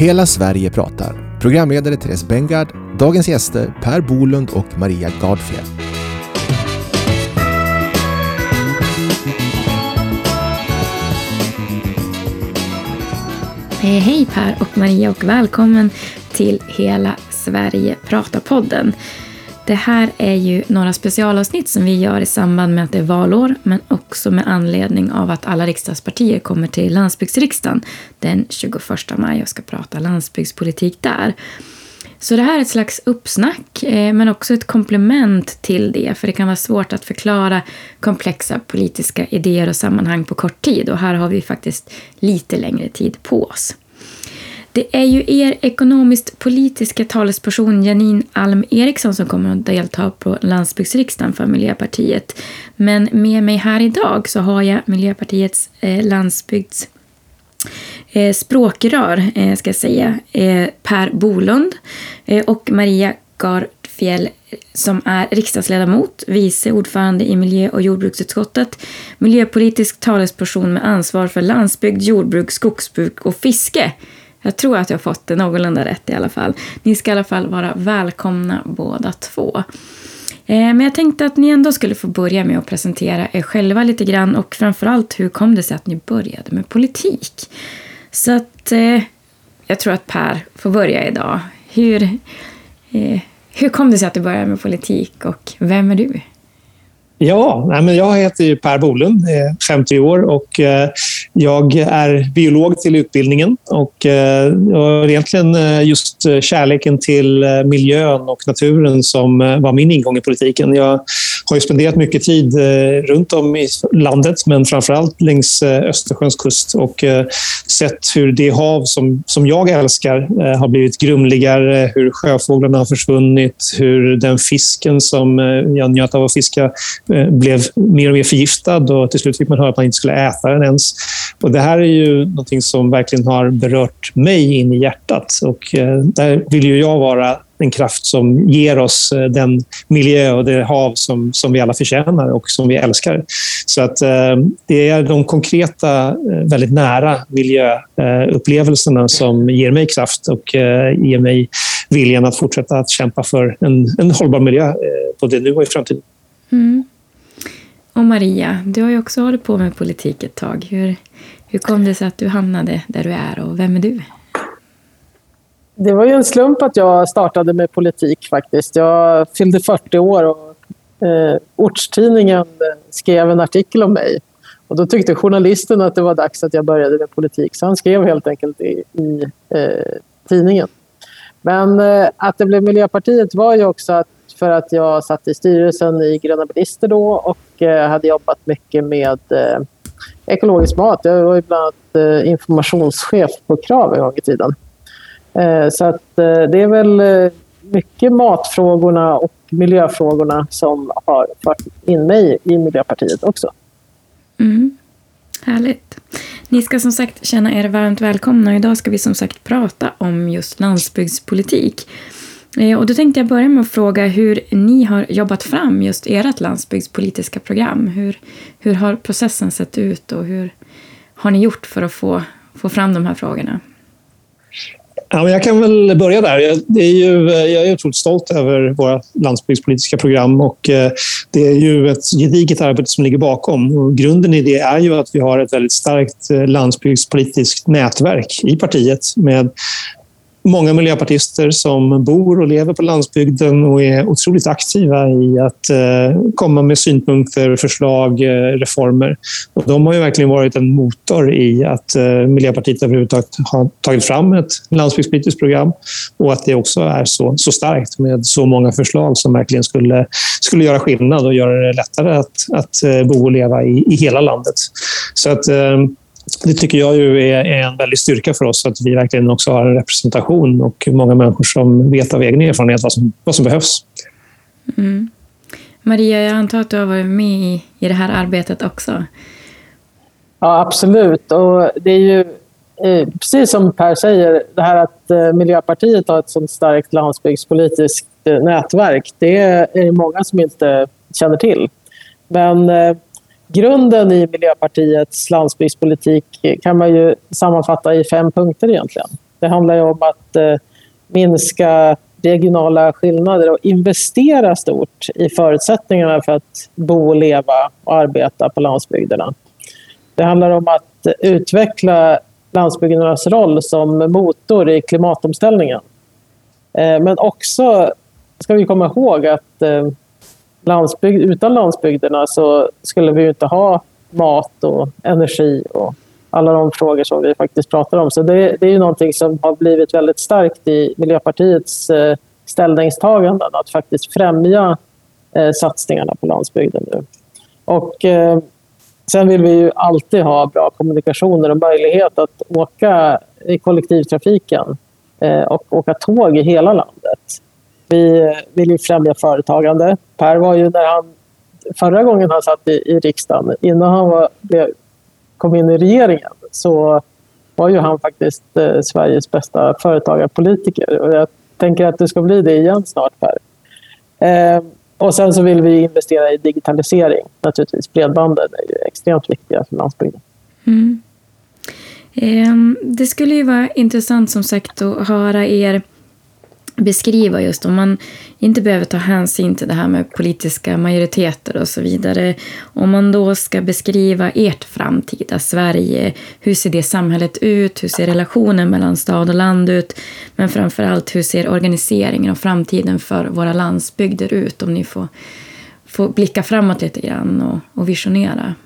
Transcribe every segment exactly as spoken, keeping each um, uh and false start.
Hela Sverige pratar. Programledare Therese Bengard, dagens gäster Per Bolund och Maria Gardfjell. Hej, hej Per och Maria och välkommen till Hela Sverige pratar-podden. Det här är ju några specialavsnitt som vi gör i samband med att det är valår, men också med anledning av att alla riksdagspartier kommer till landsbygdsriksdagen den tjugoförsta maj och ska prata landsbygdspolitik där. Så det här är ett slags uppsnack, men också ett komplement till det, för det kan vara svårt att förklara komplexa politiska idéer och sammanhang på kort tid, och här har vi faktiskt lite längre tid på oss. Det är ju er ekonomiskt politiska talesperson Janine Alm Eriksson som kommer att delta på landsbygdsriksdagen för Miljöpartiet. Men med mig här idag så har jag Miljöpartiets eh, landsbygds eh, språkrör, eh, ska jag säga, eh, Per Bolund eh, och Maria Gardfjell som är riksdagsledamot, vice ordförande i miljö- och jordbruksutskottet, miljöpolitisk talesperson med ansvar för landsbygd, jordbruk, skogsbruk och fiske. Jag tror att jag har fått det någorlunda rätt i alla fall. Ni ska i alla fall vara välkomna båda två. Eh, men jag tänkte att ni ändå skulle få börja med att presentera er själva lite grann. Och framförallt, hur kom det sig att ni började med politik? Så att eh, jag tror att Per får börja idag. Hur, eh, hur kom det sig att du började med politik och vem är du? Ja, nej men jag heter ju Per Bolund, är femtio år och eh, jag är biolog till utbildningen och eh, jag har egentligen just kärleken till miljön och naturen som var min ingång i politiken. Jag har ju spenderat mycket tid eh, runt om i landet, men framförallt längs eh, Östersjöns kust och eh, sett hur det hav som, som jag älskar eh, har blivit grumligare, hur sjöfåglarna har försvunnit, hur den fisken som eh, jag njöt av att fiska blev mer och mer förgiftad och till slut fick man höra att man inte skulle äta den ens. Och det här är ju någonting som verkligen har berört mig in i hjärtat och eh, där vill ju jag vara en kraft som ger oss den miljö och det hav som, som vi alla förtjänar och som vi älskar. Så att eh, det är de konkreta, väldigt nära miljöupplevelserna som ger mig kraft och eh, ger mig viljan att fortsätta att kämpa för en, en hållbar miljö eh, både nu och i framtiden. Mm. Och Maria, du har ju också hållit på med politik ett tag. Hur, hur kom det sig att du hamnade där du är och vem är du? Det var ju en slump att jag startade med politik faktiskt. Jag fyllde fyrtio år och eh, ortstidningen skrev en artikel om mig. Och då tyckte journalisten att det var dags att jag började med politik. Så han skrev helt enkelt i, i eh, tidningen. Men eh, att det blev Miljöpartiet var ju också att för att jag satt i styrelsen i Gröna Bilister då och eh, hade jobbat mycket med eh, ekologisk mat. Jag var ju bland annat eh, informationschef på Krav en gång i tiden. Eh, så att eh, det är väl eh, mycket matfrågorna och miljöfrågorna som har fört in mig i Miljöpartiet också. Mm. Härligt. Ni ska som sagt känna er varmt välkomna. Idag ska vi som sagt prata om just landsbygdspolitik. Och då tänkte jag börja med att fråga hur ni har jobbat fram just ert landsbygdspolitiska program. Hur, hur har processen sett ut och hur har ni gjort för att få, få fram de här frågorna? Ja, men jag kan väl börja där. Jag, det är ju, jag är otroligt stolt över våra landsbygdspolitiska program och det är ju ett gediget arbete som ligger bakom. Och grunden i det är ju att vi har ett väldigt starkt landsbygdspolitiskt nätverk i partiet med många miljöpartister som bor och lever på landsbygden och är otroligt aktiva i att eh, komma med synpunkter, förslag, eh, reformer. Och de har ju verkligen varit en motor i att eh, Miljöpartiet överhuvudtaget har tagit fram ett landsbygdspolitiskt program och att det också är så, så starkt med så många förslag som verkligen skulle, skulle göra skillnad och göra det lättare att, att eh, bo och leva i, i hela landet. Så att eh, det tycker jag ju är en väldigt styrka för oss att vi verkligen också har en representation och många människor som vet av egen erfarenhet vad som, vad som behövs. Mm. Maria, jag antar att du har varit med i, i det här arbetet också. Ja, absolut. Och det är ju eh, precis som Per säger, det här att eh, Miljöpartiet har ett sådant starkt landsbygdspolitiskt eh, nätverk, det är många som inte känner till. Men eh, grunden i Miljöpartiets landsbygdspolitik kan man ju sammanfatta i fem punkter egentligen. Det handlar ju om att eh, minska regionala skillnader och investera stort i förutsättningarna för att bo, leva och arbeta på landsbygderna. Det handlar om att utveckla landsbygdernas roll som motor i klimatomställningen. Men också ska vi komma ihåg att landsbygd, utan landsbygderna så skulle vi inte ha mat och energi och alla de frågor som vi faktiskt pratar om. Så det, det är ju någonting som har blivit väldigt starkt i Miljöpartiets ställningstaganden, att faktiskt främja satsningarna på landsbygden nu. Och sen vill vi ju alltid ha bra kommunikationer och möjlighet att åka i kollektivtrafiken och åka tåg i hela landet. Vi vill ju främja företagande. Per var ju när han, förra gången han satt i, i riksdagen, innan han var, blev, kom in i regeringen, så var ju han faktiskt eh, Sveriges bästa företagarpolitiker. Och jag tänker att det ska bli det igen snart, Per. Eh, och sen så vill vi investera i digitalisering. Naturligtvis, bredbanden är ju extremt viktiga för landsbygden. Mm. Eh, det skulle ju vara intressant som sagt att höra er beskriva just om man inte behöver ta hänsyn till det här med politiska majoriteter och så vidare. Om man då ska beskriva ert framtida Sverige, hur ser det samhället ut, hur ser relationen mellan stad och land ut, men framförallt hur ser organiseringen och framtiden för våra landsbygder ut, om ni får, får blicka framåt lite grann och, och visionera.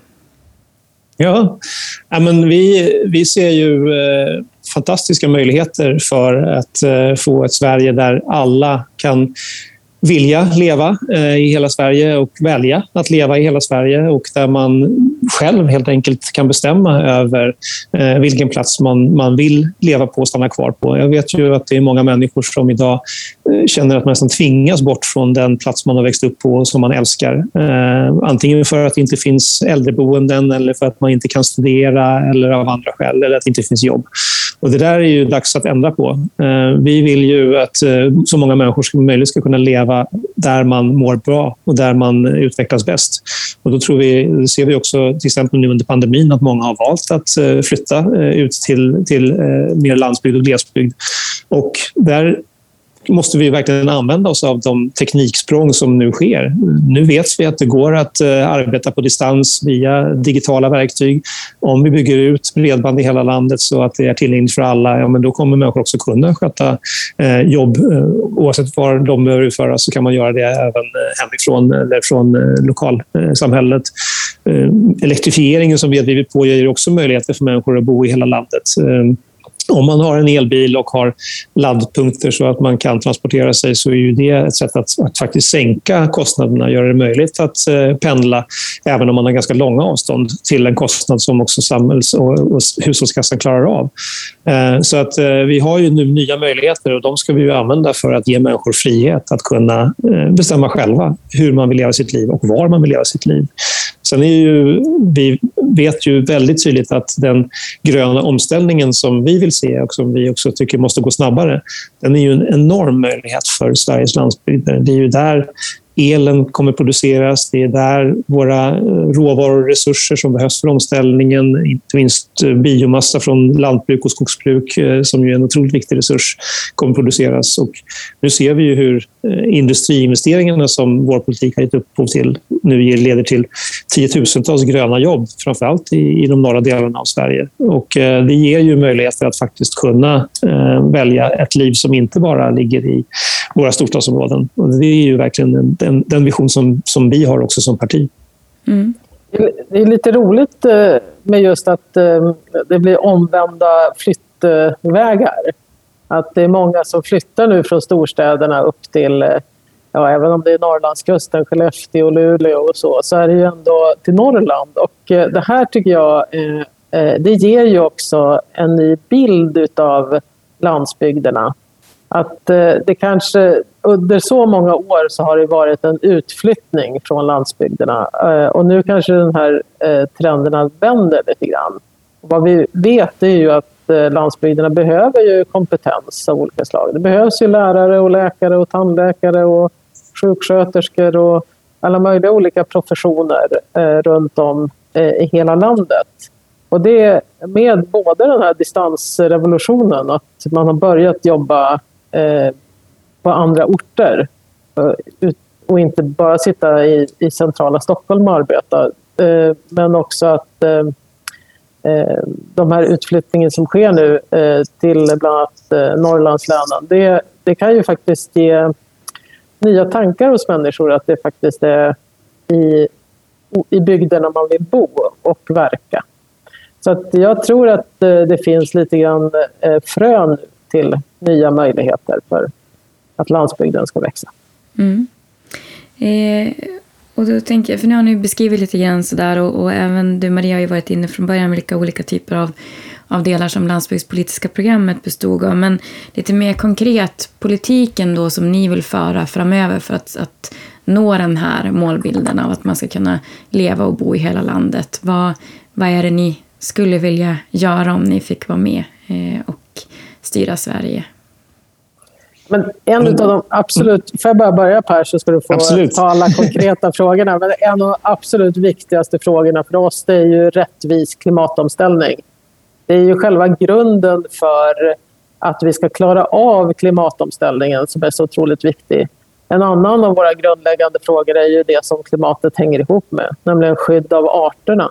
Ja, ja men vi, vi ser ju eh, fantastiska möjligheter för att eh, få ett Sverige där alla kan vilja leva eh, i hela Sverige och välja att leva i hela Sverige, och där man själv helt enkelt kan bestämma över eh, vilken plats man, man vill leva på och stanna kvar på. Jag vet ju att det är många människor som idag eh, känner att man nästan tvingas bort från den plats man har växt upp på och som man älskar. Eh, antingen för att det inte finns äldreboenden eller för att man inte kan studera eller av andra skäl, eller att det inte finns jobb. Och det där är ju dags att ändra på. Eh, vi vill ju att eh, så många människor som möjligt ska kunna leva där man mår bra och där man utvecklas bäst. Och då tror vi, det ser vi också till exempel nu under pandemin, att många har valt att flytta ut till, till mer landsbygd och glesbygd. Och där måste vi verkligen använda oss av de tekniksprång som nu sker. Nu vet vi att det går att arbeta på distans via digitala verktyg. Om vi bygger ut bredband i hela landet så att det är tillgängligt för alla, ja, men då kommer människor också kunna sköta eh, jobb. Oavsett var de behöver utföra så kan man göra det även hemifrån eller från eh, lokalsamhället. Eh, elektrifieringen som vi har drivit på ger också möjligheter för människor att bo i hela landet. Eh, Om man har en elbil och har laddpunkter så att man kan transportera sig, så är ju det ett sätt att, att faktiskt sänka kostnaderna, göra det möjligt att eh, pendla även om man har ganska långa avstånd till en kostnad som också samhälls- och, och hushållskassan klarar av. Eh, så att eh, vi har ju nu nya möjligheter, och de ska vi ju använda för att ge människor frihet att kunna eh, bestämma själva hur man vill leva sitt liv och var man vill leva sitt liv. Sen är ju, vi vet ju väldigt tydligt att den gröna omställningen som vi vill se och som vi också tycker måste gå snabbare, den är ju en enorm möjlighet för Sveriges landsbygder. Det är ju där elen kommer produceras, det är där våra råvaror och resurser som behövs för omställningen, inte minst biomassa från lantbruk och skogsbruk som ju är en otroligt viktig resurs, kommer produceras. Och nu ser vi ju hur industriinvesteringarna som vår politik har gett upphov till nu leder till tiotusentals gröna jobb, framförallt i, i de norra delarna av Sverige. Och eh, det ger ju möjligheter att faktiskt kunna eh, välja ett liv som inte bara ligger i våra storstadsområden. Och det är ju verkligen den, den vision som, som vi har också som parti. Mm. Det är lite roligt med just att det blir omvända flyttvägar. Att det är många som flyttar nu från storstäderna upp till, ja, även om det är Norrlandskusten, Skellefteå, Luleå och så, så är det ju ändå till Norrland. Och det här tycker jag, det ger ju också en ny bild av landsbygderna. Att det kanske under så många år så har det varit en utflyttning från landsbygderna, och nu kanske den här trenderna vänder lite grann. Vad vi vet är ju att landsbygderna behöver ju kompetens av olika slag. Det behövs ju lärare och läkare och tandläkare och sjuksköterskor och alla möjliga olika professioner runt om i hela landet. Och det är med både den här distansrevolutionen, att man har börjat jobba eh, på andra orter eh, och inte bara sitta i, i centrala Stockholm och arbeta, eh, men också att eh, eh, de här utflyttningen som sker nu eh, till bland annat eh, Norrlandslänen, det, det kan ju faktiskt ge nya tankar hos människor, att det faktiskt är i, i bygderna man vill bo och verka. Så att jag tror att eh, det finns lite grann eh, frön till nya möjligheter för att landsbygden ska växa. Mm. Eh, och då tänker jag, för nu har ni beskrivit lite grann sådär, och, och även du Maria har ju varit inne från början med vilka olika typer av, av delar som landsbygdspolitiska programmet bestod av, men lite mer konkret politiken då som ni vill föra framöver för att, att nå den här målbilden av att man ska kunna leva och bo i hela landet. Vad, vad är det ni skulle vilja göra om ni fick vara med eh, och styra Sverige? Men en av de absolut, får jag bara börja Per, så ska du få absolut ta alla konkreta frågorna. Men en av de absolut viktigaste frågorna för oss, det är ju rättvis klimatomställning. Det är ju själva grunden för att vi ska klara av klimatomställningen som är så otroligt viktig. En annan av våra grundläggande frågor är ju det som klimatet hänger ihop med, nämligen skydd av arterna.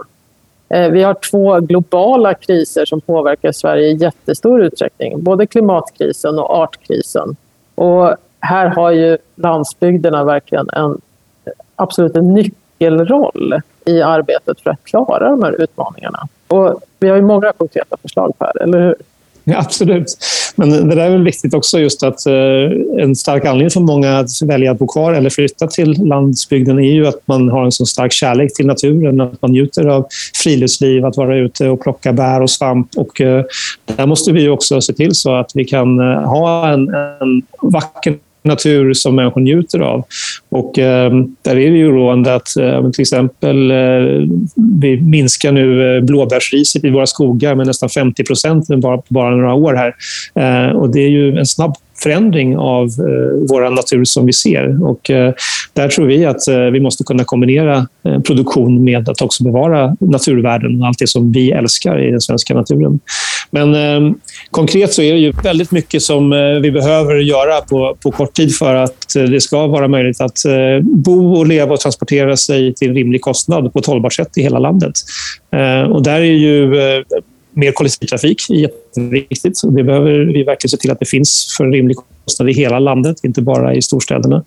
Vi har två globala kriser som påverkar Sverige i jättestor utsträckning, både klimatkrisen och artkrisen. Och här har ju landsbygderna verkligen en absolut en nyckelroll i arbetet för att klara de här utmaningarna. Och vi har ju många konkreta förslag Per, eller hur? Ja, absolut. Men det där är väl viktigt också, just att eh, en stark anledning för många att välja att bo kvar eller flytta till landsbygden är ju att man har en så stark kärlek till naturen, att man njuter av friluftsliv, att vara ute och plocka bär och svamp. Och eh, där måste vi ju också se till så att vi kan eh, ha en, en vacker natur som människor njuter av. Och eh, där är det ju rådande att eh, till exempel eh, vi minskar nu eh, blåbärsriset i våra skogar med nästan femtio procent bara, bara några år här. Eh, och det är ju en snabb förändring av eh, vår natur som vi ser. Och eh, där tror vi att eh, vi måste kunna kombinera eh, produktion med att också bevara naturvärden och allt det som vi älskar i den svenska naturen. Men eh, konkret så är det ju väldigt mycket som eh, vi behöver göra på, på kort tid för att eh, det ska vara möjligt att eh, bo och leva och transportera sig till en rimlig kostnad på ett hållbart sätt i hela landet. Eh, och där är ju eh, mer kollektivtrafik jätteviktigt. Det behöver vi verkligen se till att det finns för en rimlig kostnad i hela landet, inte bara i storstäderna.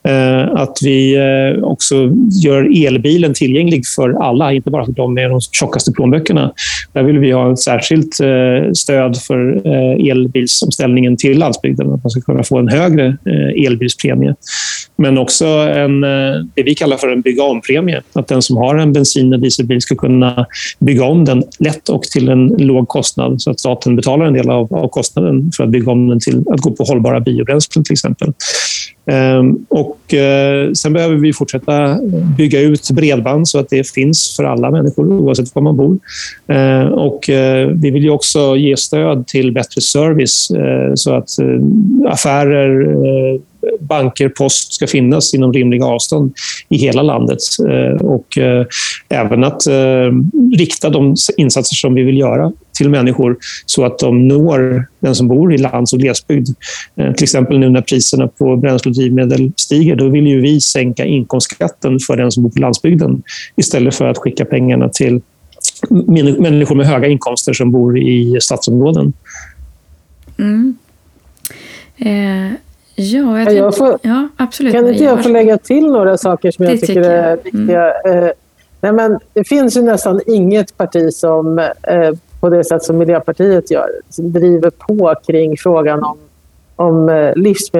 Att vi också gör elbilen tillgänglig för alla, inte bara för de med de tjockaste plånböckerna. Där vill vi ha ett särskilt stöd för elbilsomställningen till landsbygden, att man ska kunna få en högre elbilspremie. Men också en, det vi kallar för en bygga om-premie. Att den som har en bensin- och dieselbil ska kunna bygga om den lätt och till en låg kostnad, så att staten betalar en del av, av kostnaden för att bygga om den till att gå på hållbara biobränslen till exempel. Ehm, och eh, sen behöver vi fortsätta bygga ut bredband så att det finns för alla människor oavsett var man bor. Ehm, och eh, vi vill ju också ge stöd till bättre service eh, så att eh, affärer, eh, banker, post ska finnas inom rimliga avstånd i hela landet. Och även att rikta de insatser som vi vill göra till människor så att de når den som bor i lands- och glesbygd. Till exempel nu när priserna på bränsle och drivmedel stiger, då vill ju vi sänka inkomstskatten för den som bor på landsbygden istället för att skicka pengarna till människor med höga inkomster som bor i stadsområden. Mm. Eh. Ja, jag jag får, ja, absolut. Kan inte jag få lägga till några saker som jag det tycker, tycker jag. är viktiga? Mm. Eh, nej, men det finns ju nästan inget parti som eh, på det sätt som Miljöpartiet gör, som driver på kring frågan om, om eh,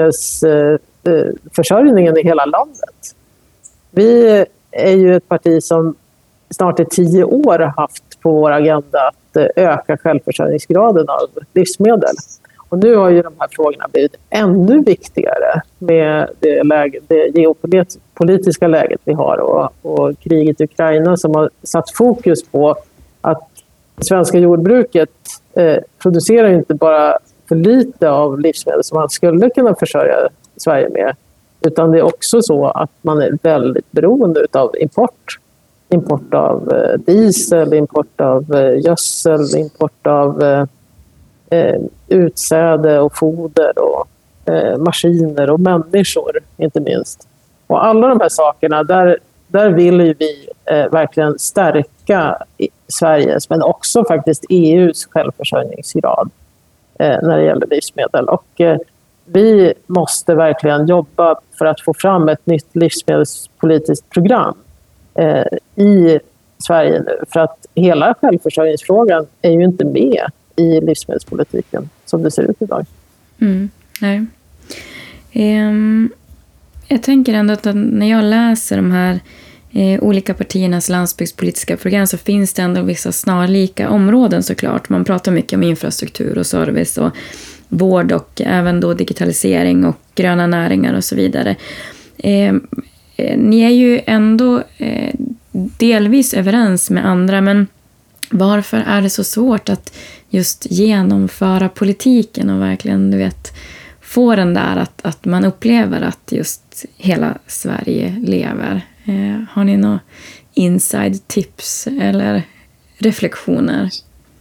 livsmedelsförsörjningen eh, i hela landet. Vi är ju ett parti som snart i tio år har haft på vår agenda att eh, öka självförsörjningsgraden av livsmedel. Och nu har ju de här frågorna blivit ännu viktigare med det, läge, det geopolitiska läget vi har och, och kriget i Ukraina som har satt fokus på att det svenska jordbruket eh, producerar inte bara för lite av livsmedel som man skulle kunna försörja Sverige med, utan det är också så att man är väldigt beroende av import. import av diesel, import av gödsel, import av eh, utsäde och foder och eh, maskiner och människor inte minst. Och alla de här sakerna, där, där vill ju vi eh, verkligen stärka Sveriges men också faktiskt E U:s självförsörjningsgrad eh, när det gäller livsmedel. Och eh, vi måste verkligen jobba för att få fram ett nytt livsmedelspolitiskt program eh, i Sverige nu. För att hela självförsörjningsfrågan är ju inte med i livsmedelspolitiken som det ser ut idag. Mm, nej. Um, jag tänker ändå att när jag läser de här eh, olika partiernas landsbygdspolitiska program så finns det ändå vissa snarlika områden såklart. Man pratar mycket om infrastruktur och service och vård och även då digitalisering och gröna näringar och så vidare. Eh, ni är ju ändå eh, delvis överens med andra, men varför är det så svårt att just genomföra politiken och verkligen, du vet, få den där att, att man upplever att just hela Sverige lever? Eh, har ni några inside tips eller reflektioner?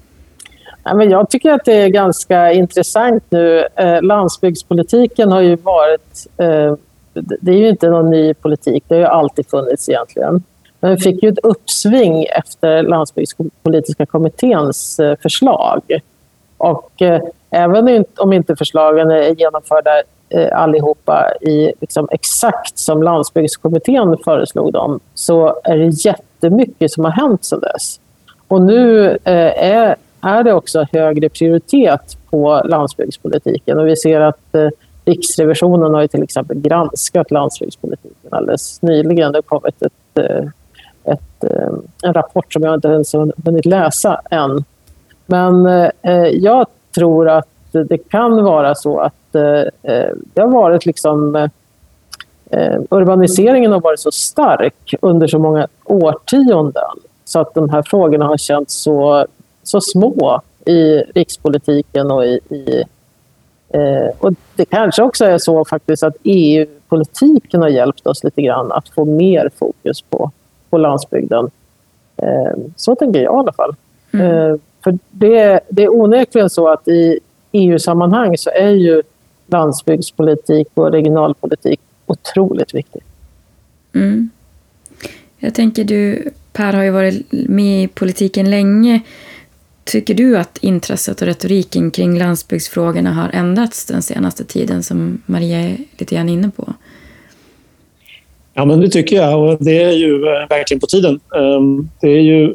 Ja, men jag tycker att det är ganska intressant nu. Eh, landsbygdspolitiken har ju varit, eh, det är ju inte någon ny politik, det har ju alltid funnits egentligen. Men vi fick ju ett uppsving efter landsbygdspolitiska kommitténs eh, förslag. Och eh, även om inte förslagen är genomförda eh, allihopa i liksom, exakt som landsbygdskommittén föreslog dem, så är det jättemycket som har hänt sedan dess. Och nu eh, är är det också högre prioritet på landsbygdspolitiken. Och vi ser att eh, Riksrevisionen har ju till exempel granskat landsbygdspolitiken alldeles nyligen. Det har kommit ett, ett, en rapport som jag inte ens har hunnit läsa än. Men eh, jag tror att det kan vara så att eh, det har varit liksom... Eh, urbaniseringen har varit så stark under så många årtionden så att de här frågorna har känts så så små i rikspolitiken och i, i eh, och det kanske också är så faktiskt att E U-politiken har hjälpt oss lite grann att få mer fokus på, på landsbygden. Eh, så tänker jag i alla fall. Mm. Eh, för det, det är onekligen så att i E U-sammanhang så är ju landsbygdspolitik och regionalpolitik otroligt viktigt. Mm. Jag tänker du, Per, har ju varit med i politiken länge. Tycker du att intresset och retoriken kring landsbygdsfrågorna har ändrats den senaste tiden, som Maria är lite grann inne på? Ja, men det tycker jag, och det är ju verkligen på tiden. Det är ju,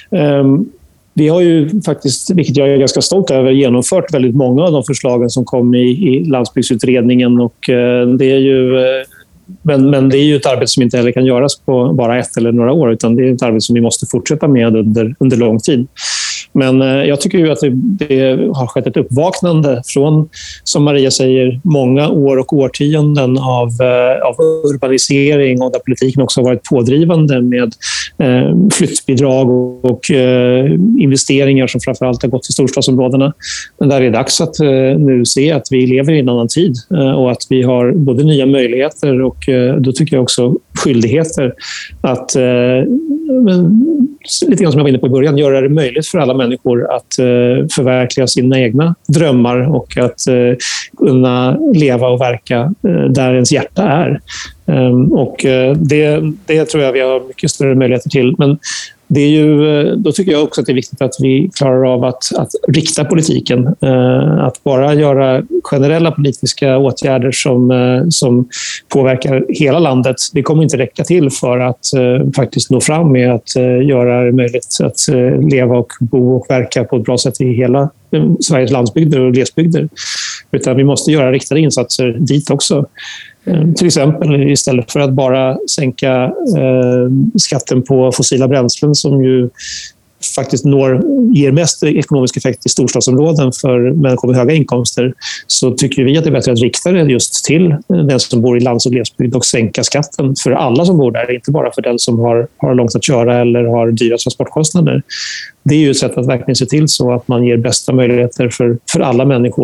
vi har ju faktiskt, vilket jag är ganska stolt över, genomfört väldigt många av de förslagen som kom i, i landsbygdsutredningen, och det är ju... Men, men det är ju ett arbete som inte heller kan göras på bara ett eller några år, utan det är ett arbete som vi måste fortsätta med under, under lång tid. Men eh, jag tycker ju att det, det har skett ett uppvaknande från, som Maria säger, många år och årtionden av, eh, av urbanisering, och där politiken också har varit pådrivande med eh, flyttbidrag och, och eh, investeringar som framförallt har gått till storstadsområdena. Men där är det dags att eh, nu se att vi lever i en annan tid eh, och att vi har både nya möjligheter och eh, då tycker jag också skyldigheter att, eh, men, lite grann som jag var inne på i början, göra det möjligt för alla människor att eh, förverkliga sina egna drömmar och att eh, kunna leva och verka eh, där ens hjärta är. Um, och eh, det, det tror jag vi har mycket större möjligheter till. Men det är ju, då tycker jag också att det är viktigt att vi klarar av att, att rikta politiken. Eh, att bara göra generella politiska åtgärder som, eh, som påverkar hela landet, det kommer inte räcka till för att eh, faktiskt nå fram med att eh, göra det möjligt att eh, leva och bo och verka på ett bra sätt i hela eh, Sveriges landsbygder och glesbygder. Utan vi måste göra riktade insatser dit också. Till exempel istället för att bara sänka eh, skatten på fossila bränslen som ju faktiskt når, ger mest ekonomisk effekt i storstadsområden för människor med höga inkomster, så tycker vi att det är bättre att rikta det just till den som bor i lands- och glesbygd och sänka skatten för alla som bor där, inte bara för den som har, har långt att köra eller har dyra transportkostnader. Det är ju ett sätt att verkligen se till så att man ger bästa möjligheter för, för alla människor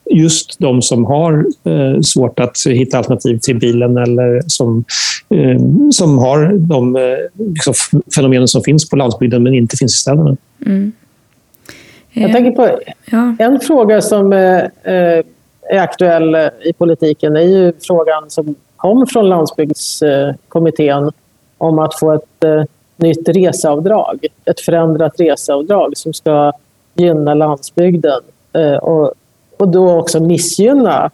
just de som har eh, svårt att hitta alternativ till bilen eller som, eh, som har de eh, liksom fenomenen som finns på landsbygden men inte finns i städerna. Mm. Jag tänker på ja. en fråga som eh, är aktuell i politiken är ju frågan som kom från landsbygdskommittén om att få ett eh, nytt reseavdrag, ett förändrat reseavdrag som ska gynna landsbygden eh, och, och då också missgynna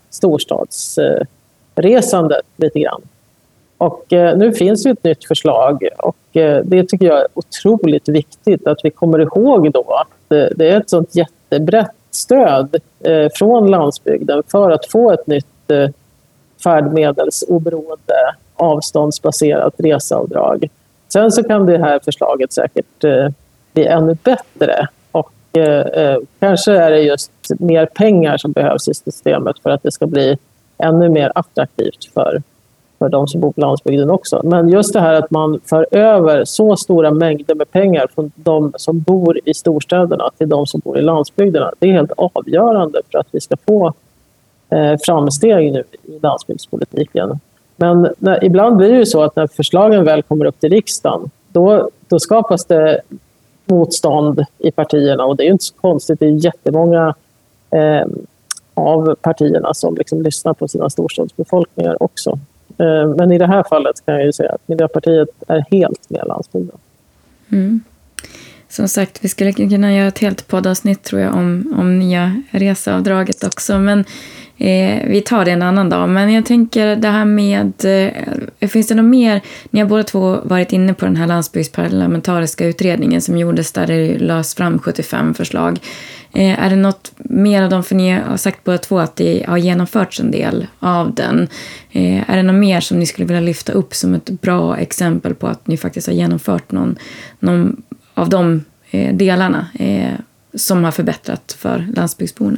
storstadsresandet eh, lite grann. Och eh, nu finns ju ett nytt förslag och eh, det tycker jag är otroligt viktigt att vi kommer ihåg då att eh, det är ett sånt jättebrett stöd eh, från landsbygden för att få ett nytt eh, färdmedelsoberoende avståndsbaserat reseavdrag. Sen så kan det här förslaget säkert eh, bli ännu bättre och eh, kanske är det just mer pengar som behövs i systemet för att det ska bli ännu mer attraktivt för, för de som bor på landsbygden också. Men just det här att man för över så stora mängder med pengar från de som bor i storstäderna till de som bor i landsbygderna, det är helt avgörande för att vi ska få eh, framsteg nu i landsbygdspolitiken. Men när, ibland blir det ju så att när förslagen väl kommer upp till riksdagen, då, då skapas det motstånd i partierna. Och det är ju inte så konstigt, det är jättemånga eh, av partierna som liksom lyssnar på sina storstadsbefolkningar också. Eh, men i det här fallet kan jag ju säga att Miljöpartiet är helt med landsbygden. Mm. Som sagt, vi skulle kunna göra ett helt poddavsnitt tror jag om, om nya reseavdraget också. Men eh, vi tar det en annan dag. Men jag tänker det här med, eh, finns det något mer? Ni har båda två varit inne på den här landsbygdsparlamentariska utredningen som gjordes där det lös fram sjuttiofem förslag. Eh, är det något mer av dem, för ni har sagt båda två att det har genomförts en del av den. Eh, är det något mer som ni skulle vilja lyfta upp som ett bra exempel på att ni faktiskt har genomfört någon, någon av de eh, delarna eh, som har förbättrat för landsbygdsborna?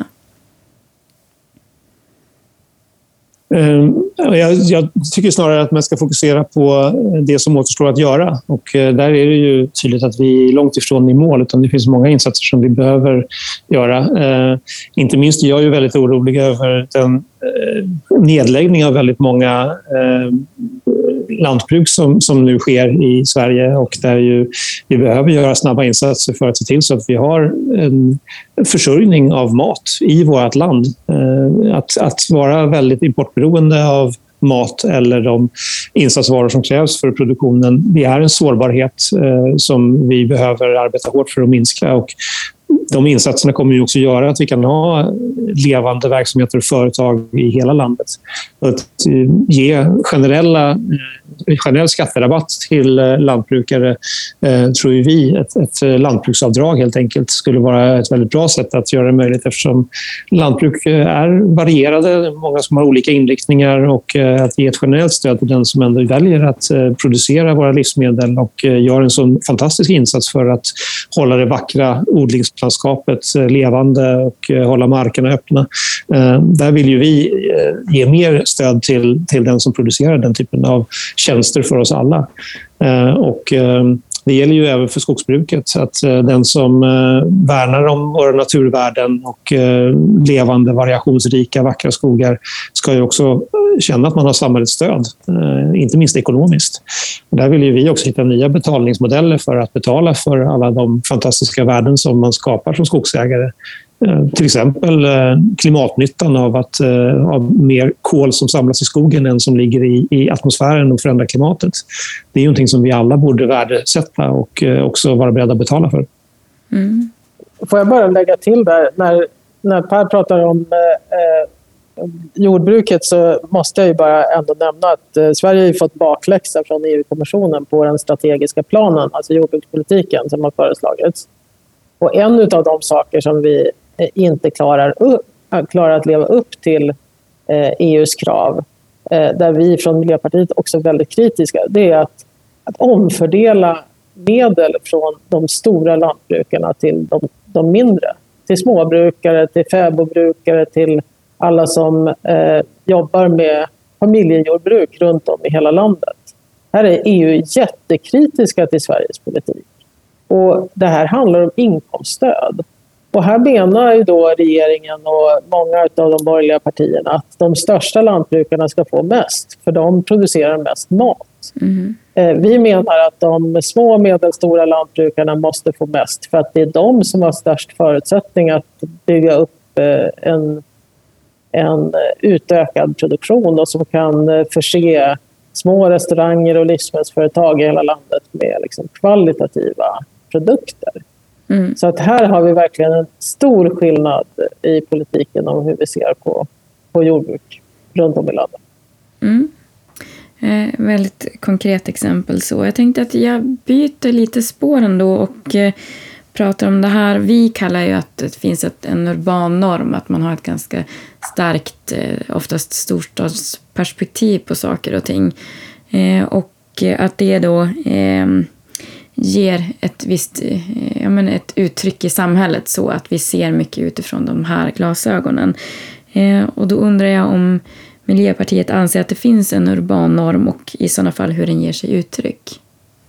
Jag, jag tycker snarare att man ska fokusera på det som återstår att göra. Och där är det ju tydligt att vi är långt ifrån i mål, utan det finns många insatser som vi behöver göra. Eh, inte minst är jag ju väldigt orolig över den eh, nedläggning av väldigt många eh, lantbruk som, som nu sker i Sverige, och där ju vi behöver göra snabba insatser för att se till så att vi har en försörjning av mat i vårt land. Att, att vara väldigt importberoende av mat eller de insatsvaror som krävs för produktionen, det är en sårbarhet som vi behöver arbeta hårt för att minska, och de insatserna kommer ju också göra att vi kan ha levande verksamheter och företag i hela landet. Att ge generella, generell skatterabatt till lantbrukare eh, tror vi ett, ett lantbruksavdrag helt enkelt skulle vara ett väldigt bra sätt att göra det möjligt, eftersom lantbruk är varierade, många som har olika inriktningar, och eh, att ge ett generellt stöd till den som ändå väljer att eh, producera våra livsmedel och eh, gör en sån fantastisk insats för att hålla det vackra odlingslandskapet levande och hålla markerna öppna. Där vill ju vi ge mer stöd till, till den som producerar den typen av tjänster för oss alla. Och det gäller ju även för skogsbruket, att den som värnar om våra naturvärden och levande, variationsrika, vackra skogar ska ju också känna att man har samhällets stöd, inte minst ekonomiskt. Och där vill ju vi också hitta nya betalningsmodeller för att betala för alla de fantastiska värden som man skapar som skogsägare. Till exempel klimatnyttan av att ha mer kol som samlas i skogen än som ligger i, i atmosfären och förändrar klimatet. Det är ju någonting som vi alla borde värdesätta och också vara beredda att betala för. Mm. Får jag bara lägga till där, när, när Per pratar om eh, jordbruket, så måste jag ju bara ändå nämna att eh, Sverige har fått bakläxa från E U-kommissionen på den strategiska planen, alltså jordbrukspolitiken som har föreslagits. Och en av de saker som vi inte klarar, upp, klarar att leva upp till eh, E U:s krav, eh, där vi från Miljöpartiet också är väldigt kritiska, det är att, att omfördela medel från de stora lantbrukarna till de, de mindre. Till småbrukare, till fäbodbrukare, till alla som eh, jobbar med familjejordbruk runt om i hela landet. Här är E U jättekritiska till Sveriges politik. Och det här handlar om inkomststöd. Och här menar ju då regeringen och många av de borgerliga partierna att de största lantbrukarna ska få mest, för de producerar mest mat. Mm. Vi menar att de små och medelstora lantbrukarna måste få mest, för att det är de som har störst förutsättning att bygga upp en, en utökad produktion och som kan förse små restauranger och livsmedelsföretag i hela landet med liksom kvalitativa produkter. Mm. Så att här har vi verkligen en stor skillnad i politiken om hur vi ser på, på jordbruk runt om i landet. Mm. Eh, väldigt konkret exempel så. Jag tänkte att jag byter lite spår ändå och eh, pratar om det här. Vi kallar ju att det finns ett, en urban norm, att man har ett ganska starkt, eh, oftast storstadsperspektiv på saker och ting. Eh, och att det då eh, ger ett visst eh, ja, men ett uttryck i samhället så att vi ser mycket utifrån de här glasögonen. Eh, och då undrar jag om Miljöpartiet anser att det finns en urban norm och i sådana fall hur den ger sig uttryck.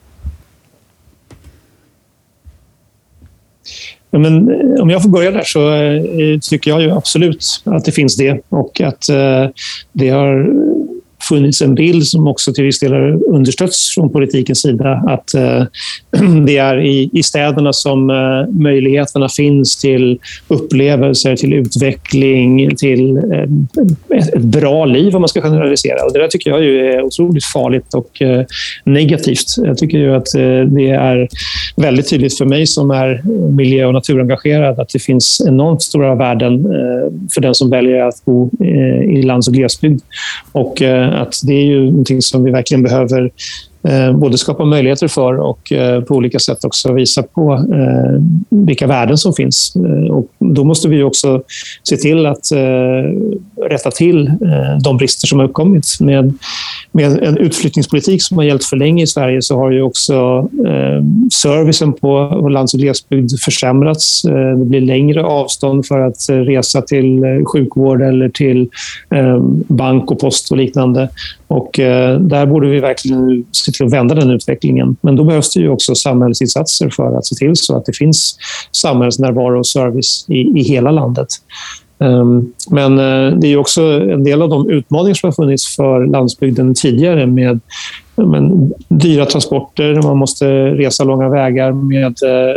Ja, men, om jag får börja där så eh, tycker jag ju absolut att det finns det, och att eh, det har funnits en bild som också till viss del har understötts från politikens sida, att eh, det är i, i städerna som eh, möjligheterna finns till upplevelser, till utveckling, till eh, ett, ett bra liv om man ska generalisera. Och det där tycker jag ju är otroligt farligt och eh, negativt. Jag tycker ju att eh, det är väldigt tydligt för mig som är miljö- och naturengagerad att det finns enormt stora värden eh, för den som väljer att bo eh, i lands- och glesbygd. Och eh, att det är ju någonting som vi verkligen behöver eh, både skapa möjligheter för och eh, på olika sätt också visa på eh, vilka värden som finns. Eh, och då måste vi också se till att eh, rätta till eh, de brister som har uppkommit. Med, med en utflyttningspolitik som har gällt för länge i Sverige så har ju också eh, servicen på, på lands- och glesbygd försämrats. Eh, det blir längre avstånd för att eh, resa till eh, sjukvård eller till eh, bank och post och liknande. Och eh, där borde vi verkligen se till att vända den utvecklingen. Men då behövs det ju också samhällsinsatser för att se till så att det finns samhällsnärvaro och service i, i hela landet. Um, men uh, det är ju också en del av de utmaningar som har funnits för landsbygden tidigare med men, dyra transporter, man måste resa långa vägar med uh,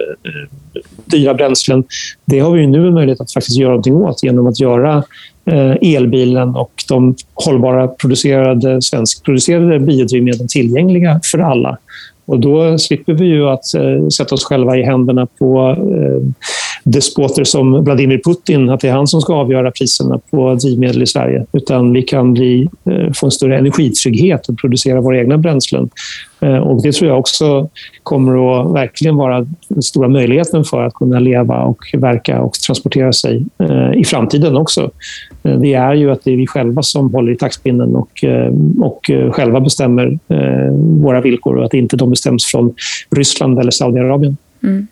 dyra bränslen. Det har vi ju nu en möjlighet att faktiskt göra någonting åt genom att göra uh, elbilen och de hållbara producerade, svenskproducerade biodrivmedlen tillgängliga för alla. Och då slipper vi ju att uh, sätta oss själva i händerna på uh, despoter som Vladimir Putin, att det är han som ska avgöra priserna på drivmedel i Sverige. Utan vi kan bli, uh, få en större energitrygghet och producera våra egna bränslen. Uh, och det tror jag också kommer att verkligen vara den stora möjligheten för att kunna leva och verka och transportera sig uh, i framtiden också. Uh, det är ju att det är vi själva som håller i taktpinnen och, uh, och uh, själva bestämmer uh, våra villkor och att inte de bestäms från Ryssland eller Saudiarabien. Mm.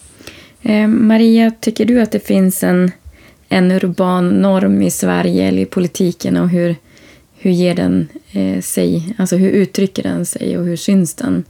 Eh, Maria, tycker du att det finns en, en urban norm i Sverige eller i politiken och hur, hur ger den eh, sig, alltså hur uttrycker den sig och hur syns den?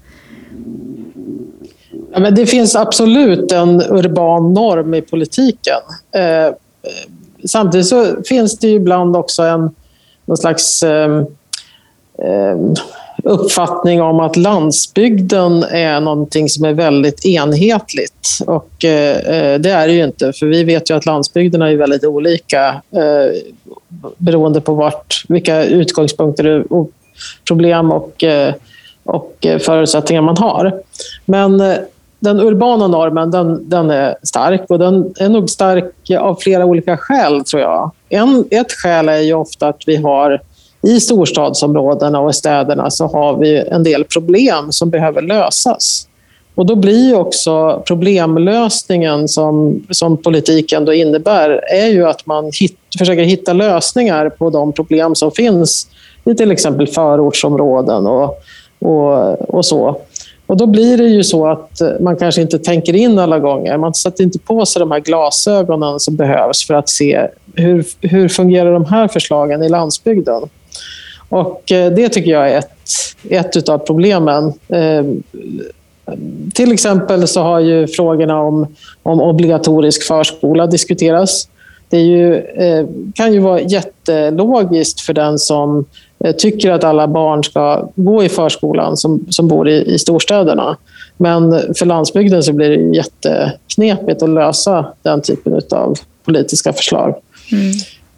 Ja, men det finns absolut en urban norm i politiken. Eh, samtidigt så finns det ju ibland också en någon slags eh, eh, uppfattning om att landsbygden är någonting som är väldigt enhetligt. Och eh, det är det ju inte, för vi vet ju att landsbygderna är väldigt olika eh, beroende på vart, vilka utgångspunkter och problem och, eh, och förutsättningar man har. Men eh, den urbana normen, den, den är stark och den är nog stark av flera olika skäl, tror jag. En, ett skäl är ju ofta att vi har i storstadsområdena och i städerna så har vi en del problem som behöver lösas. Och då blir ju också problemlösningen som, som politiken då innebär är ju att man hit, försöker hitta lösningar på de problem som finns i till exempel förortsområden och, och, och så. Och då blir det ju så att man kanske inte tänker in alla gånger. Man sätter inte på sig de här glasögonen som behövs för att se hur, hur fungerar de här förslagen i landsbygden. Och det tycker jag är ett, ett av problemen. till exempel så har ju frågorna om, om obligatorisk förskola diskuterats. Det är ju, eh, kan ju vara jättelogiskt för den som eh, tycker att alla barn ska gå i förskolan som, som bor i, i storstäderna. Men för landsbygden så blir det jätteknepigt att lösa den typen av politiska förslag. Mm.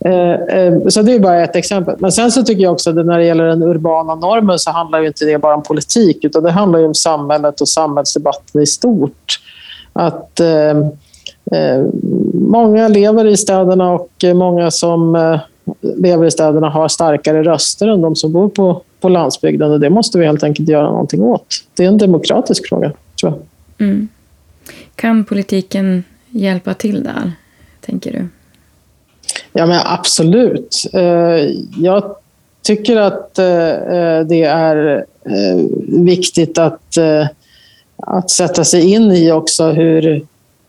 Så det är bara ett exempel. Men sen så tycker jag också att när det gäller den urbana normen så handlar ju inte det bara om politik, utan det handlar ju om samhället och samhällsdebatten i stort. Att eh, eh, många lever i städerna och många som eh, lever i städerna har starkare röster än de som bor på, på landsbygden, och det måste vi helt enkelt göra någonting åt. Det är en demokratisk fråga, tror jag. Mm. Kan politiken hjälpa till där, tänker du? Ja, men absolut. Jag tycker att det är viktigt att, att sätta sig in i också hur,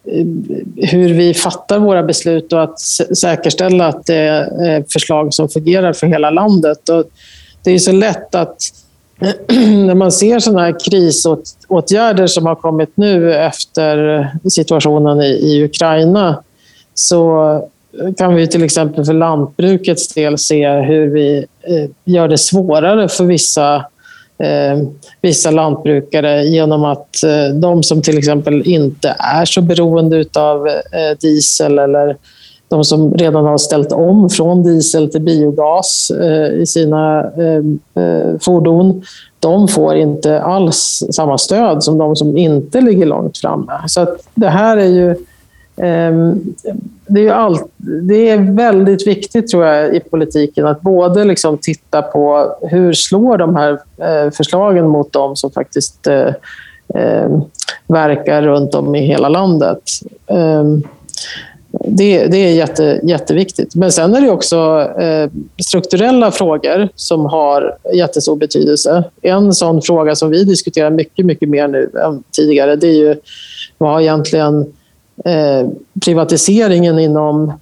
hur vi fattar våra beslut och att säkerställa att det är förslag som fungerar för hela landet. Och det är så lätt att när man ser sådana här krisåtgärder som har kommit nu efter situationen i, i Ukraina, så kan vi till exempel för lantbrukets del se hur vi eh, gör det svårare för vissa, eh, vissa lantbrukare genom att eh, de som till exempel inte är så beroende av eh, diesel, eller de som redan har ställt om från diesel till biogas eh, i sina eh, eh, fordon, de får inte alls samma stöd som de som inte ligger långt framme. Så att det här är ju Det är, ju allt, det är väldigt viktigt, tror jag, i politiken att både liksom titta på hur slår de här förslagen mot dem som faktiskt eh, verkar runt om i hela landet. Eh, det, det är jätte, jätteviktigt. Men sen är det också eh, strukturella frågor som har jättestor betydelse. En sån fråga som vi diskuterar mycket, mycket mer nu än tidigare, det är ju vad egentligen Eh, privatiseringen inom,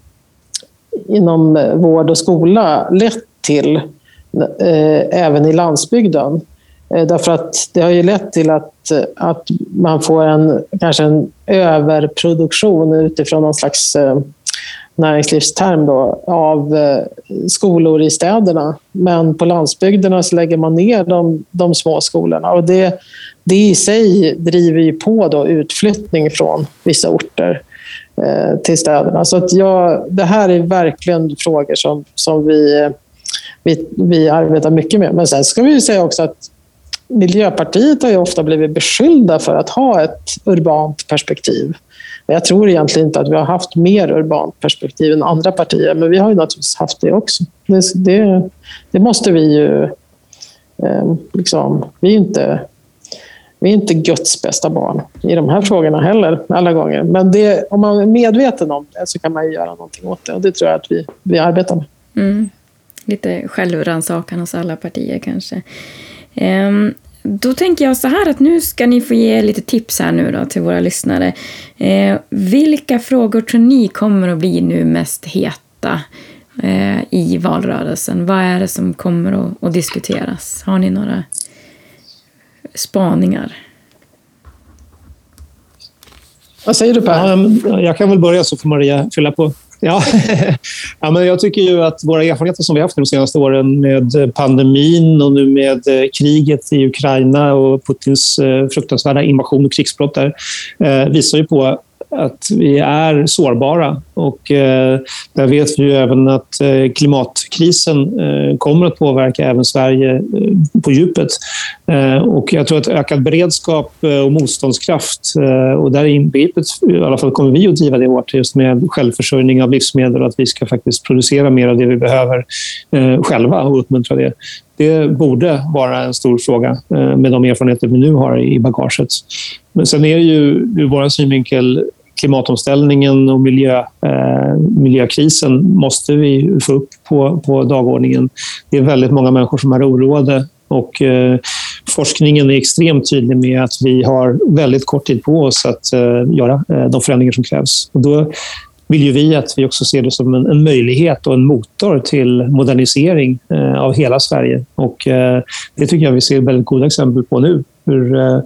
inom vård och skola lett till eh, även i landsbygden. Eh, därför att det har ju lett till att, att man får en, kanske en överproduktion utifrån någon slags eh, näringslivsterm då, av eh, skolor i städerna. Men på landsbygderna så lägger man ner de, de små skolorna, och det Det i sig driver ju på då utflyttning från vissa orter eh, till städerna. Så att jag, det här är verkligen frågor som, som vi, vi, vi arbetar mycket med. Men sen ska vi ju säga också att Miljöpartiet har ju ofta blivit beskyllda för att ha ett urbant perspektiv. Men jag tror egentligen inte att vi har haft mer urbant perspektiv än andra partier, men vi har ju naturligtvis haft det också. Det, det, det måste vi ju eh, liksom, vi är inte... Vi är inte Guds bästa barn i de här frågorna heller alla gånger. Men det, om man är medveten om det så kan man ju göra någonting åt det. Och det tror jag att vi, vi arbetar med. Mm. Lite självrannsakan hos alla partier kanske. Ehm, då tänker jag så här att nu ska ni få ge lite tips här nu då till våra lyssnare. Ehm, vilka frågor tror ni kommer att bli nu mest heta eh, i valrörelsen? Vad är det som kommer att, att diskuteras? Har ni några spaningar? Vad säger du, Per? Ja, jag kan väl börja så får Maria fylla på. Ja. Ja, men jag tycker ju att våra erfarenheter som vi har haft de senaste åren med pandemin och nu med kriget i Ukraina och Putins fruktansvärda invasion och krigsbrott där visar ju på att vi är sårbara, och eh, där vet vi ju även att eh, klimatkrisen eh, kommer att påverka även Sverige eh, på djupet. Eh, och jag tror att ökad beredskap eh, och motståndskraft, eh, och där inbegripet, i alla fall kommer vi att driva det hårt, just med självförsörjning av livsmedel, och att vi ska faktiskt producera mer av det vi behöver eh, själva och uppmuntra det. Det borde vara en stor fråga eh, med de erfarenheter vi nu har i bagaget. Men sen är det ju ur vår synvinkel klimatomställningen och miljö, eh, miljökrisen måste vi få upp på, på dagordningen. Det är väldigt många människor som är oroade, och eh, forskningen är extremt tydlig med att vi har väldigt kort tid på oss att eh, göra eh, de förändringar som krävs. Och då vill ju vi att vi också ser det som en, en möjlighet och en motor till modernisering eh, av hela Sverige. Och eh, det tycker jag vi ser väldigt goda exempel på nu. hur eh,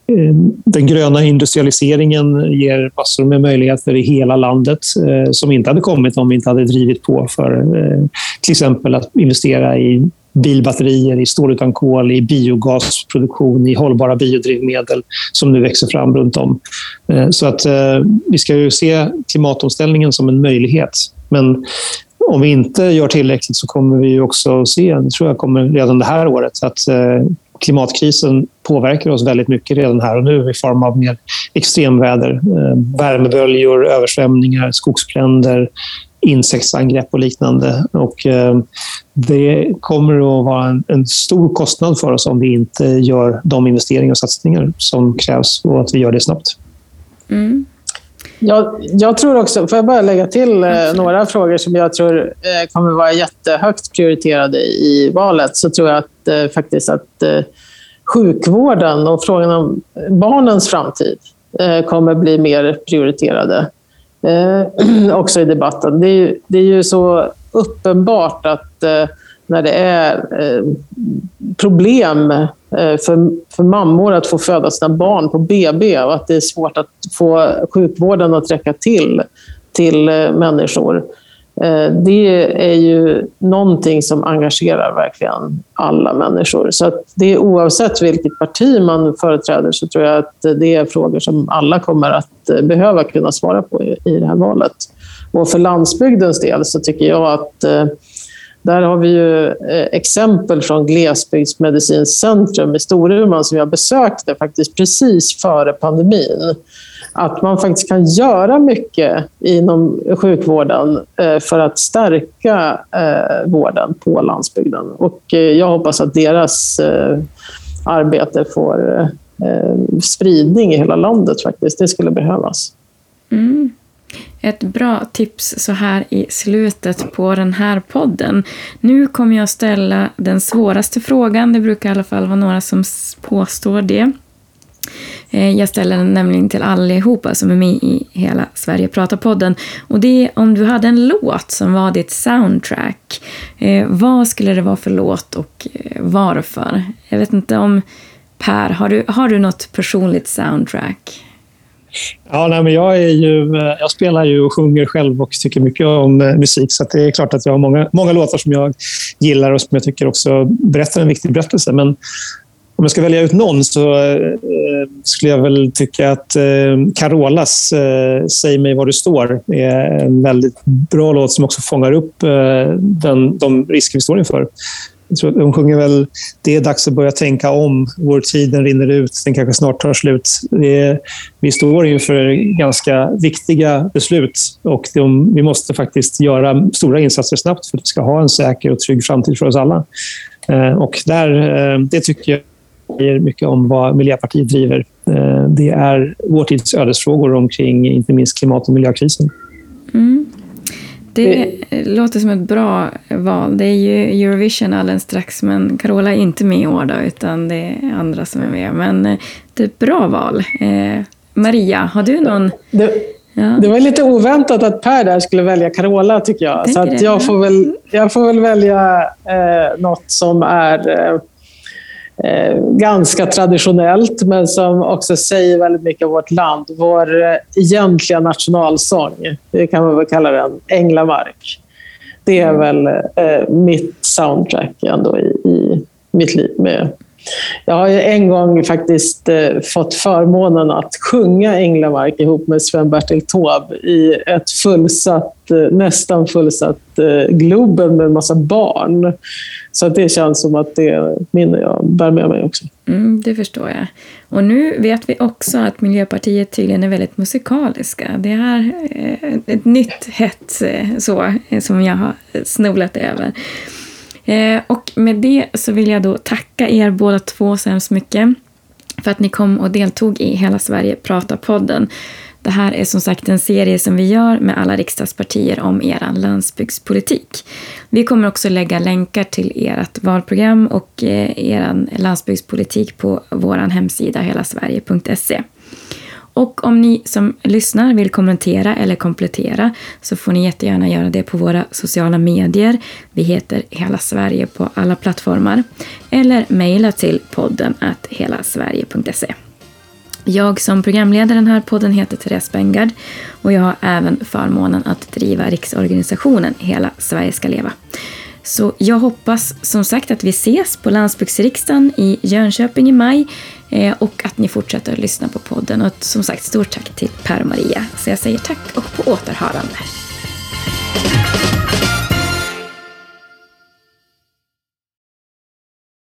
den gröna industrialiseringen ger massor med möjligheter i hela landet eh, som inte hade kommit om vi inte hade drivit på för eh, till exempel att investera i bilbatterier, i stål utan kol, i biogasproduktion, i hållbara biodrivmedel som nu växer fram runt om. Eh, så att eh, vi ska ju se klimatomställningen som en möjlighet. Men om vi inte gör tillräckligt så kommer vi också se, det tror jag kommer redan det här året, att eh, klimatkrisen påverkar oss väldigt mycket redan här och nu i form av mer extremväder, eh, värmeböljor, översvämningar, skogsbränder, insektsangrepp och liknande. Och eh, det kommer att vara en, en stor kostnad för oss om vi inte gör de investeringar och satsningar som krävs och att vi gör det snabbt. Mm. Jag, jag tror också, får jag bara lägga till eh, några frågor som jag tror eh, kommer vara jättehögt prioriterade i valet, så tror jag att eh, faktiskt att eh, sjukvården och frågan om barnens framtid eh, kommer bli mer prioriterade eh, också i debatten. Det är ju, det är ju så uppenbart att eh, när det är eh, problem eh, för, för mammor att få föda sina barn på B B och att det är svårt att få sjukvården att räcka till till eh, människor. Eh, det är ju någonting som engagerar verkligen alla människor. Så att det är, oavsett vilket parti man företräder, så tror jag att det är frågor som alla kommer att behöva kunna svara på i, i det här valet. Och för landsbygdens del så tycker jag att eh, där har vi ju exempel från Glesbygdsmedicinskt centrum i Storuman som jag besökte faktiskt precis före pandemin. Att man faktiskt kan göra mycket inom sjukvården för att stärka vården på landsbygden. Och jag hoppas att deras arbete får spridning i hela landet faktiskt. Det skulle behövas. Mm. Ett bra tips så här i slutet på den här podden. Nu kommer jag ställa den svåraste frågan. Det brukar i alla fall vara några som påstår det. Jag ställer den nämligen till allihopa som är med i hela Sverige pratar-podden. Och det är om du hade en låt som var ditt soundtrack. Eh, vad skulle det vara för låt och varför? Jag vet inte om Per, har du, har du något personligt soundtrack? Ja, nej, men jag, är ju, jag spelar ju och sjunger själv och tycker mycket om musik. Så att det är klart att jag har många, många låtar som jag gillar och som jag tycker också berättar en viktig berättelse. Men om jag ska välja ut någon så eh, skulle jag väl tycka att eh, Carolas eh, Säg mig var du står är en väldigt bra låt som också fångar upp eh, den, de risker vi står inför. Jag tror att de sjunger väl, det är dags att börja tänka om, vår tid den rinner ut, den kanske snart tar slut. Det är, vi står inför ganska viktiga beslut och de, vi måste faktiskt göra stora insatser snabbt för att vi ska ha en säker och trygg framtid för oss alla. Eh, och där, eh, det tycker jag säger mycket om vad Miljöpartiet driver. Eh, det är vår tids ödesfrågor omkring inte minst klimat- och miljökrisen. Mm. Det låter som ett bra val. Det är ju Eurovision alldeles strax, men Carola är inte med i år då, utan det är andra som är med. Men det är ett bra val. Eh, Maria, har du någon... Det, ja. det var lite oväntat att Per där skulle välja Carola, tycker jag. Så att jag, får väl, jag får väl välja eh, något som är... Eh, Eh, ganska traditionellt, men som också säger väldigt mycket om vårt land. Vår eh, egentliga nationalsång, det kan man väl kalla den, Änglamark. Det är väl eh, mitt soundtrack ändå i, i mitt liv. Med. Jag har ju en gång faktiskt eh, fått förmånen att sjunga Änglamark ihop med Sven-Bertil Taube i ett fullsatt, eh, nästan fullsatt eh, Globen med en massa barn. Så att det känns som att det minner jag bär med mig också. Mm, det förstår jag. Och nu vet vi också att Miljöpartiet tydligen är väldigt musikaliska. Det är eh, ett nytt hett eh, så, eh, som jag har snubblat över. Eh, och med det så vill jag då tacka er båda två så hemskt mycket för att ni kom och deltog i Hela Sverige pratar-podden. Det här är som sagt en serie som vi gör med alla riksdagspartier om er landsbygdspolitik. Vi kommer också lägga länkar till ert valprogram och eh, er landsbygdspolitik på vår hemsida helasverige punkt se. Och om ni som lyssnar vill kommentera eller komplettera så får ni jättegärna göra det på våra sociala medier. Vi heter Hela Sverige på alla plattformar. Eller mejla till podden at helasverige punkt se. Jag som programledare den här podden heter Therese Bengard och jag har även förmånen att driva riksorganisationen Hela Sverige ska leva. Så jag hoppas som sagt att vi ses på Landsbygdsriksdagen i Jönköping i maj och att ni fortsätter att lyssna på podden. Och som sagt, stort tack till Per och Maria. Så jag säger tack och på återhörande.